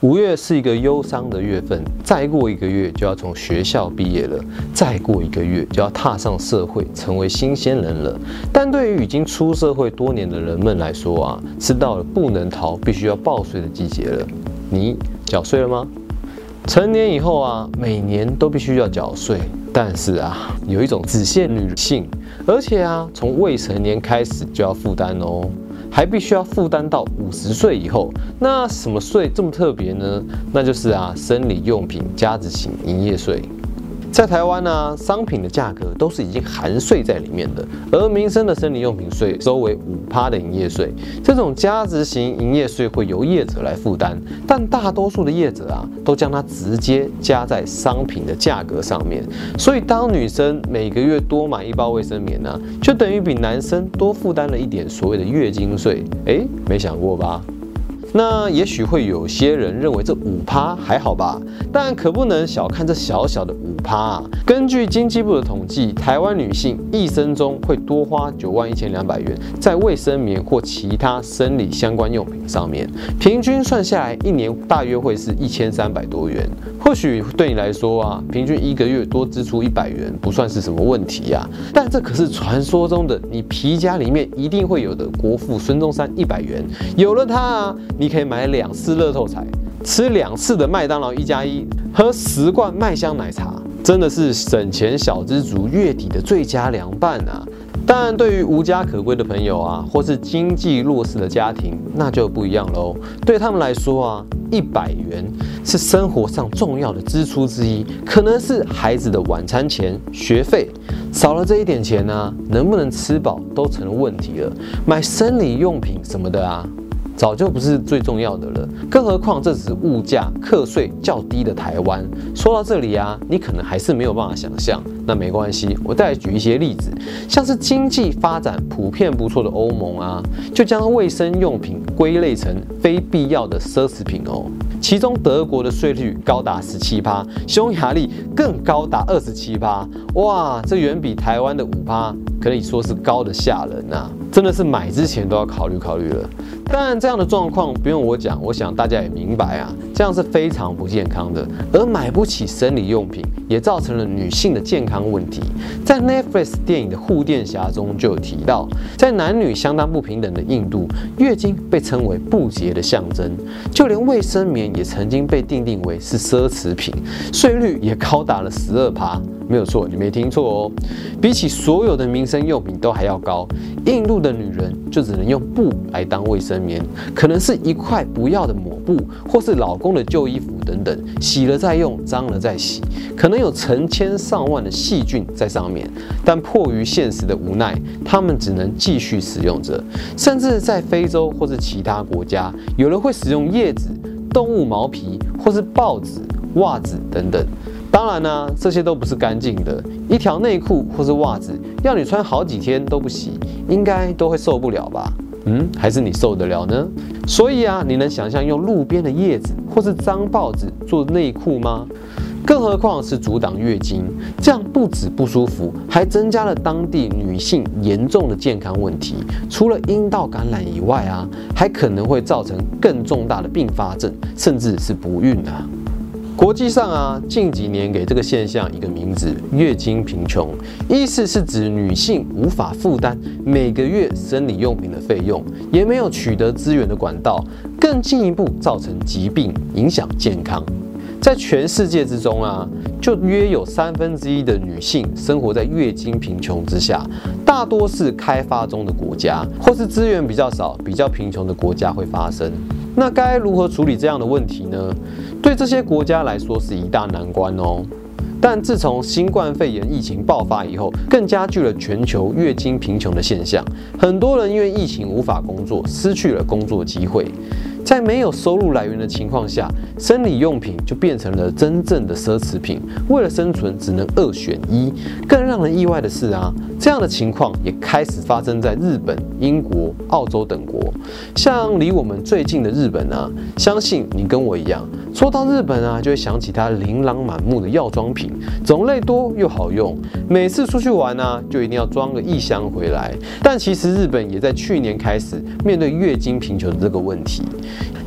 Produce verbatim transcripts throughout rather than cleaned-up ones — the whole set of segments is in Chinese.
五月是一个忧伤的月份，再过一个月就要从学校毕业了，再过一个月就要踏上社会，成为新鲜人了。但对于已经出社会多年的人们来说啊，是到了不能逃、必须要报税的季节了。你缴税了吗？成年以后啊，每年都必须要缴税，但是啊，有一种只限女性，而且啊，从未成年开始就要负担哦。还必须要负担到五十岁以后。那什么税这么特别呢？那就是啊，生理用品加值型营业税。在台湾呢，商品的价格都是已经含税在里面的，而民生的生理用品税收为百分之五的营业税。这种加值型营业税会由业者来负担，但大多数的业者啊，都将它直接加在商品的价格上面。所以，当女生每个月多买一包卫生棉呢、啊，就等于比男生多负担了一点所谓的月经税。哎，没想过吧？那也许会有些人认为这百分之五还好吧，但可不能小看这小小的百分之五啊！根据经济部的统计，台湾女性一生中会多花九万一千两百元在卫生棉或其他生理相关用品上面，平均算下来一年大约会是一千三百多元。或许对你来说啊，平均一个月多支出一百元不算是什么问题啊，但这可是传说中的你皮夹里面一定会有的国父孙中山一百元，有了它啊，你可以买两次乐透彩，吃两次的麦当劳一加一，喝十罐麦香奶茶，真的是省钱小资族月底的最佳凉拌啊！但对于无家可归的朋友啊，或是经济弱势的家庭，那就不一样喽。对他们来说啊，一百元是生活上重要的支出之一，可能是孩子的晚餐钱、学费，少了这一点钱啊，能不能吃饱都成了问题了。买生理用品什么的啊，早就不是最重要的了，更何况这只是物价课税较低的台湾。说到这里啊，你可能还是没有办法想象，那没关系，我再来举一些例子，像是经济发展普遍不错的欧盟啊，就将卫生用品归类成非必要的奢侈品哦。其中德国的税率高达 百分之十七， 匈牙利更高达 百分之二十七， 哇，这远比台湾的 百分之五可以说是高的吓人啊！真的是买之前都要考虑考虑了。当然，这样的状况不用我讲，我想大家也明白啊，这样是非常不健康的。而买不起生理用品，也造成了女性的健康问题。在 Netflix 电影的护垫侠中就有提到，在男女相当不平等的印度，月经被称为不洁的象征，就连卫生棉也曾经被定定为是奢侈品，税率也高达了 百分之十二。没有错，你没听错哦。比起所有的民生用品都还要高，印度的女人就只能用布来当卫生棉，可能是一块不要的抹布，或是老公的旧衣服等等，洗了再用，脏了再洗，可能有成千上万的细菌在上面。但迫于现实的无奈，他们只能继续使用着。甚至在非洲或是其他国家，有人会使用叶子、动物毛皮，或是报纸、袜子等等。当然呢、啊，这些都不是干净的。一条内裤或是袜子，要你穿好几天都不洗，应该都会受不了吧？嗯，还是你受得了呢？所以啊，你能想象用路边的叶子或是脏报纸做内裤吗？更何况是阻挡月经，这样不止不舒服，还增加了当地女性严重的健康问题。除了阴道感染以外啊，还可能会造成更重大的并发症，甚至是不孕啊。国际上啊，近几年给这个现象一个名字——月经贫穷，意思是指女性无法负担每个月生理用品的费用，也没有取得资源的管道，更进一步造成疾病，影响健康。在全世界之中啊，就约有三分之一的女性生活在月经贫穷之下，大多是开发中的国家，或是资源比较少、比较贫穷的国家会发生。那该如何处理这样的问题呢？对这些国家来说是一大难关哦。但自从新冠肺炎疫情爆发以后，更加剧了全球月经贫穷的现象。很多人因为疫情无法工作，失去了工作机会。在没有收入来源的情况下，生理用品就变成了真正的奢侈品。为了生存，只能二选一。更让人意外的是啊，这样的情况也开始发生在日本、英国、澳洲等国。像离我们最近的日本啊，相信你跟我一样，说到日本啊，就会想起它琳琅满目的药妆品，种类多又好用。每次出去玩啊，就一定要装个一箱回来。但其实日本也在去年开始面对月经贫穷的这个问题。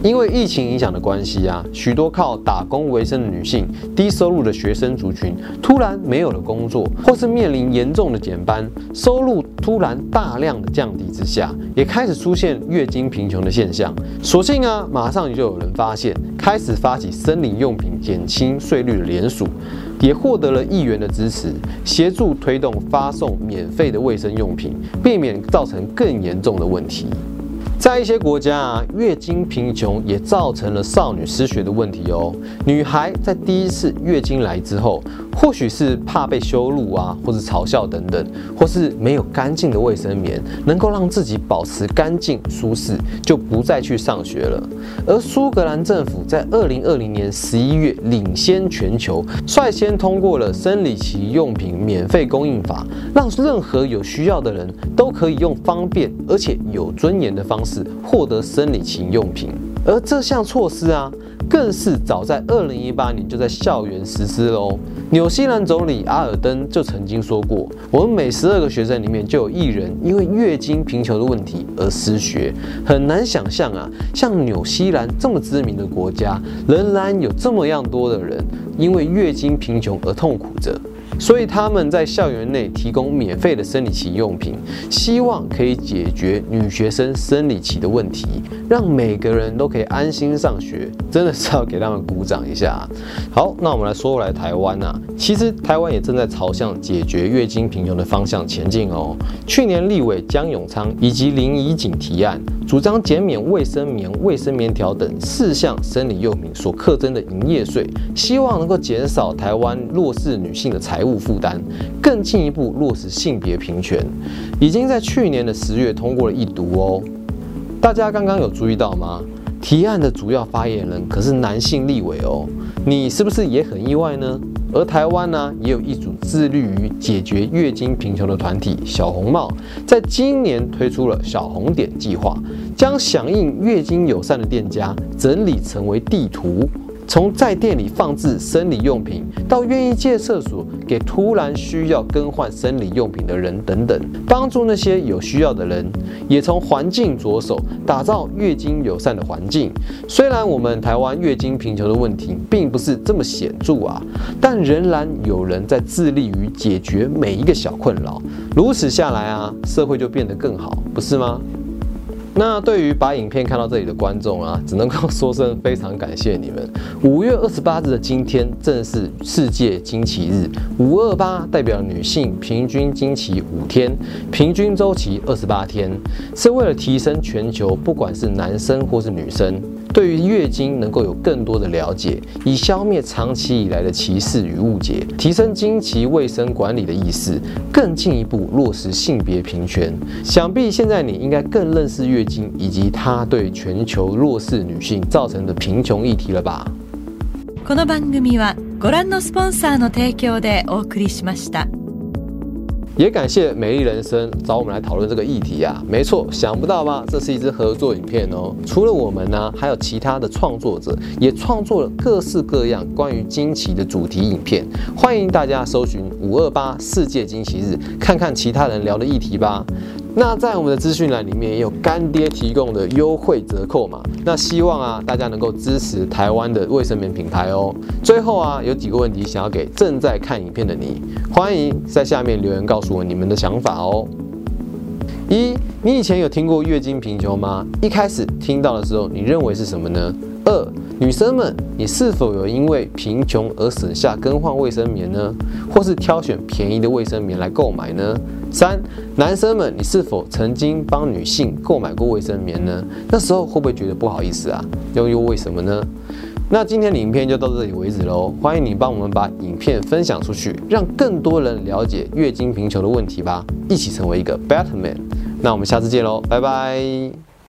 因为疫情影响的关系啊，许多靠打工为生的女性、低收入的学生族群突然没有了工作，或是面临严重的减班，收入突然大量的降低之下，也开始出现月经贫穷的现象。所幸啊，马上就有人发现，开始发起生理用品减轻税率的联署，也获得了议员的支持，协助推动发送免费的卫生用品，避免造成更严重的问题。在一些国家啊，月经贫穷也造成了少女失学的问题哦。女孩在第一次月经来之后，或许是怕被羞辱啊，或是嘲笑等等，或是没有干净的卫生棉，能够让自己保持干净舒适，就不再去上学了。而苏格兰政府在二零二零年十一月领先全球，率先通过了生理期用品免费供应法，让任何有需要的人都可以用方便而且有尊严的方式获得生理期用品。而这项措施啊，更是早在二零一八年就在校园实施喽。纽西兰总理阿尔登就曾经说过，我们每十二个学生里面就有一人因为月经贫穷的问题而失学。很难想象啊，像纽西兰这么知名的国家，仍然有这么样多的人因为月经贫穷而痛苦着。所以他们在校园内提供免费的生理期用品，希望可以解决女学生生理期的问题，让每个人都可以安心上学，真的是要给他们鼓掌一下。好，那我们来说回来台湾啊，其实台湾也正在朝向解决月经贫穷的方向前进哦。去年立委江永昌以及林怡景提案，主张减免卫生棉、卫生棉条等四项生理用品所课征的营业税，希望能够减少台湾弱势女性的财务负担，更进一步落实性别平权，已经在去年的十月通过了一读哦。大家刚刚有注意到吗？提案的主要发言人可是男性立委哦，你是不是也很意外呢？而台湾呢、啊，也有一组致力于解决月经贫穷的团体小红帽，在今年推出了小红点计划，将响应月经友善的店家整理成为地图。从在店里放置生理用品，到愿意借厕所给突然需要更换生理用品的人等等，帮助那些有需要的人，也从环境着手，打造月经友善的环境。虽然我们台湾月经贫穷的问题并不是这么显著啊，但仍然有人在致力于解决每一个小困扰。如此下来啊，社会就变得更好，不是吗？那对于把影片看到这里的观众啊，只能够说声非常感谢你们。五月二十八日的今天正是世界经期日，五二八代表女性平均经期五天，平均周期二十八天，是为了提升全球不管是男生或是女生对于月经能够有更多的了解，以消灭长期以来的歧视与误解，提升经期卫生管理的意识，更进一步落实性别平权。想必现在你应该更认识月经以及它对全球弱势女性造成的贫穷议题了吧？ この番組はご覧のスポンサーの提供でお送りしました。 也感谢美丽人生找我们来讨论这个议题啊，没错，想不到吧？这是一支合作影片哦。除了我们呢、啊，还有其他的创作者也创作了各式各样关于经期的主题影片，欢迎大家搜寻五二八世界经期日，看看其他人聊的议题吧。那在我们的资讯栏里面也有干爹提供的优惠折扣码，那希望啊大家能够支持台湾的卫生棉品牌哦。最后啊有几个问题想要给正在看影片的你，欢迎在下面留言告诉我你们的想法哦。一，你以前有听过月经贫穷吗？一开始听到的时候，你认为是什么呢？二，女生们，你是否有因为贫穷而省下更换卫生棉呢？或是挑选便宜的卫生棉来购买呢？三，男生们，你是否曾经帮女性购买过卫生棉呢？那时候会不会觉得不好意思啊？又又为什么呢？那今天的影片就到这里为止喽，欢迎你帮我们把影片分享出去，让更多人了解月经贫穷的问题吧，一起成为一个 better man。那我们下次见喽，拜拜。